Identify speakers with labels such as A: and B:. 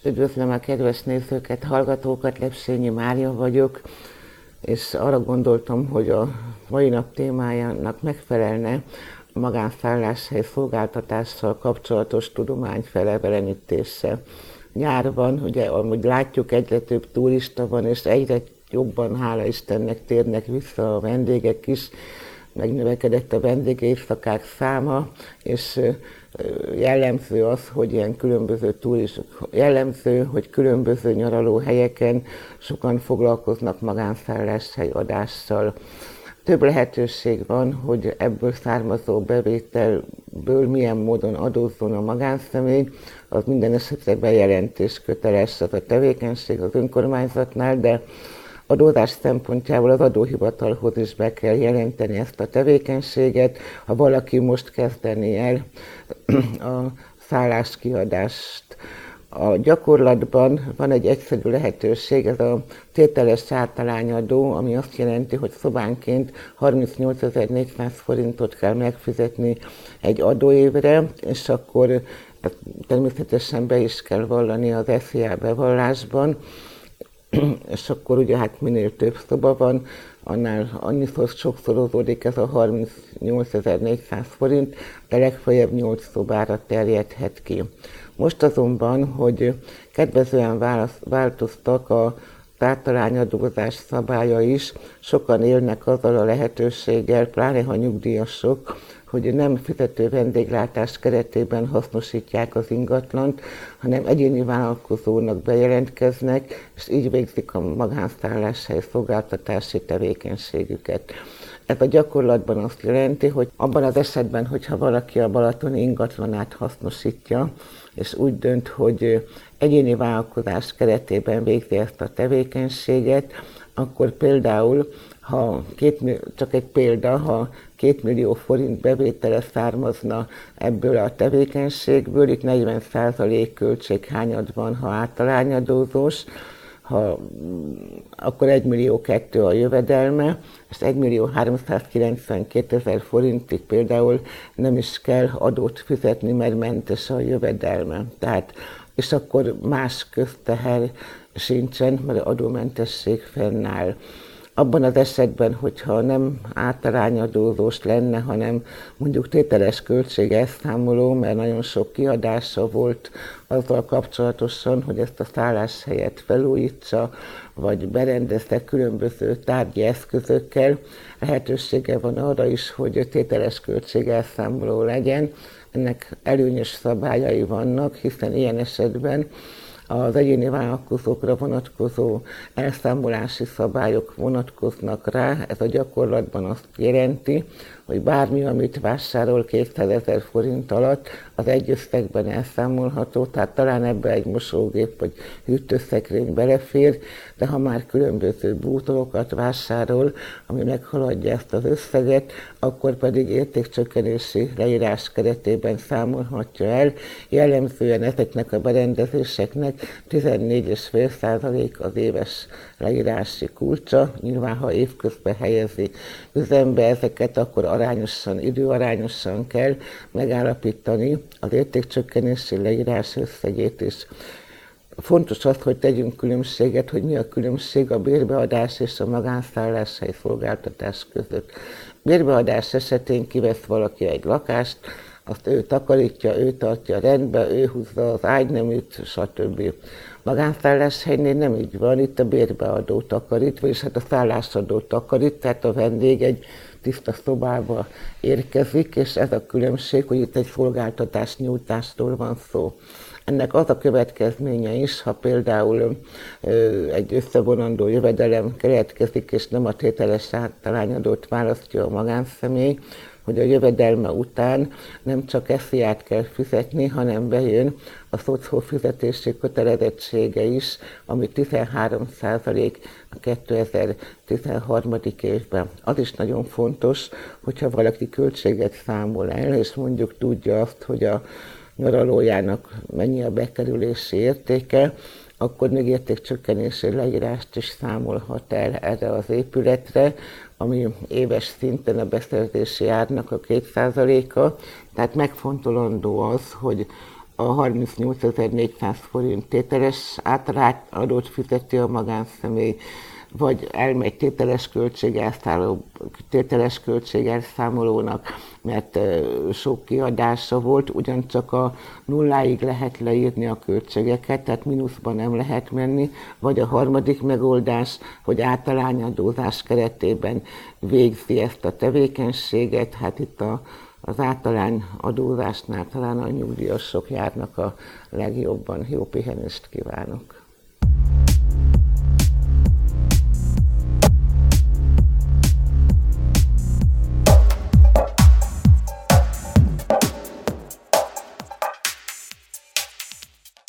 A: Üdvözlöm a kedves nézőket, hallgatókat, Lepsényi Mária vagyok, és arra gondoltam, hogy a mai nap témájának megfelelne a magánszálláshely szolgáltatással kapcsolatos tudomány felelevenítése. Nyárban, ugye, ahogy látjuk, egyre több turista van, és egyre jobban, hála Istennek, térnek vissza a vendégek is, megnövekedett a vendégéjszakák száma, és jellemző az, hogy ilyen különböző nyaralóhelyeken sokan foglalkoznak magánszálláshely adással. Több lehetőség van, hogy ebből származó bevételből milyen módon adózzon a magánszemély, az minden esetre bejelentés köteles az a tevékenység az önkormányzatnál, de adózás szempontjából az adóhivatalhoz is be kell jelenteni ezt a tevékenységet, ha valaki most kezdeni el a szálláskiadást. A gyakorlatban van egy egyszerű lehetőség, ez a tételes általányadó, ami azt jelenti, hogy szobánként 38.400 forintot kell megfizetni egy adóévre, és akkor természetesen be is kell vallani az SZIA bevallásban, és akkor ugye hát minél több szoba van, annál annyiszor sokszorozódik ez a 38.400 forint, de legfeljebb 8 szobára terjedhet ki. Most azonban, hogy kedvezően változtak a általányadózás szabálya is, sokan élnek azzal a lehetőséggel, pláne ha nyugdíjasok, hogy nem fizető vendéglátás keretében hasznosítják az ingatlant, hanem egyéni vállalkozónak bejelentkeznek, és így végzik a magánszálláshely szolgáltatási tevékenységüket. Ez a gyakorlatban azt jelenti, hogy abban az esetben, hogyha valaki a balatoni ingatlanát hasznosítja, és úgy dönt, hogy egyéni vállalkozás keretében végzi ezt a tevékenységet, akkor például, csak egy példa, ha 2 millió forint bevétele származna ebből a tevékenységből, itt 40% költséghányad van, ha általányadózós, akkor 1.200.000 a jövedelme, és 1.392.000 forintig például nem is kell adót fizetni, mert mentes a jövedelme. És akkor más közteher sincsen, mert adómentesség fennáll. Abban az esetben, hogyha nem általányadózós lenne, hanem mondjuk tételes költségelszámoló, mert nagyon sok kiadása volt azzal kapcsolatosan, hogy ezt a szálláshelyet felújítsa, vagy berendezte különböző tárgyi eszközökkel, lehetősége van arra is, hogy tételes költségelszámoló legyen. Ennek előnyös szabályai vannak, hiszen ilyen esetben az egyéni vállalkozókra vonatkozó elszámolási szabályok vonatkoznak rá. Ez a gyakorlatban azt jelenti, hogy bármi, amit vásárol 200.000 forint alatt, az egy összegben elszámolható, tehát talán ebbe egy mosógép vagy hűtőszekrény belefér, de ha már különböző bútorokat vásárol, ami meghaladja ezt az összeget, akkor pedig értékcsökkenési leírás keretében számolhatja el. Jellemzően ezeknek a berendezéseknek 14,5% az éves leírási kulcsa. Nyilván, ha évközben helyezi üzembe ezeket, akkor időarányosan kell megállapítani az értékcsökkenési leírás összegét is. Fontos az, hogy tegyünk különbséget, hogy mi a különbség a bérbeadás és a magánszálláshely szolgáltatás között. Bérbeadás esetén kivesz valaki egy lakást, azt ő takarítja, ő tartja rendbe, ő húzza az ágyneműt, stb. Magánszálláshelynél nem így van, itt a bérbeadó takarít, vagyis hát a szállásadó takarít, tehát a vendég egy tiszta szobába érkezik, és ez a különbség, hogy itt egy szolgáltatás nyújtásról van szó. Ennek az a következménye is, ha például egy összevonandó jövedelem keletkezik, és nem a tételes általányadót választja a magánszemély, hogy a jövedelme után nem csak SZIA-t kell fizetni, hanem bejön a szociálfizetési kötelezettsége is, ami 13% a 2013. évben. Az is nagyon fontos, hogyha valaki költséget számol el, és mondjuk tudja azt, hogy a nyaralójának mennyi a bekerülési értéke, akkor még értékcsökkenési leírást is számolhat el erre az épületre, ami éves szinten a beszerzési árnak a 2%-a. Tehát megfontolandó az, hogy a 38.400 forint tételes általányt fizeti a magánszemély, vagy elmegy tételes költségelszámolónak, mert sok kiadása volt, ugyancsak a nulláig lehet leírni a költségeket, tehát mínuszban nem lehet menni, vagy a harmadik megoldás, hogy általányadózás keretében végzi ezt a tevékenységet, hát itt az általányadózásnál talán a nyugdíjasok járnak a legjobban. Jó pihenést kívánok!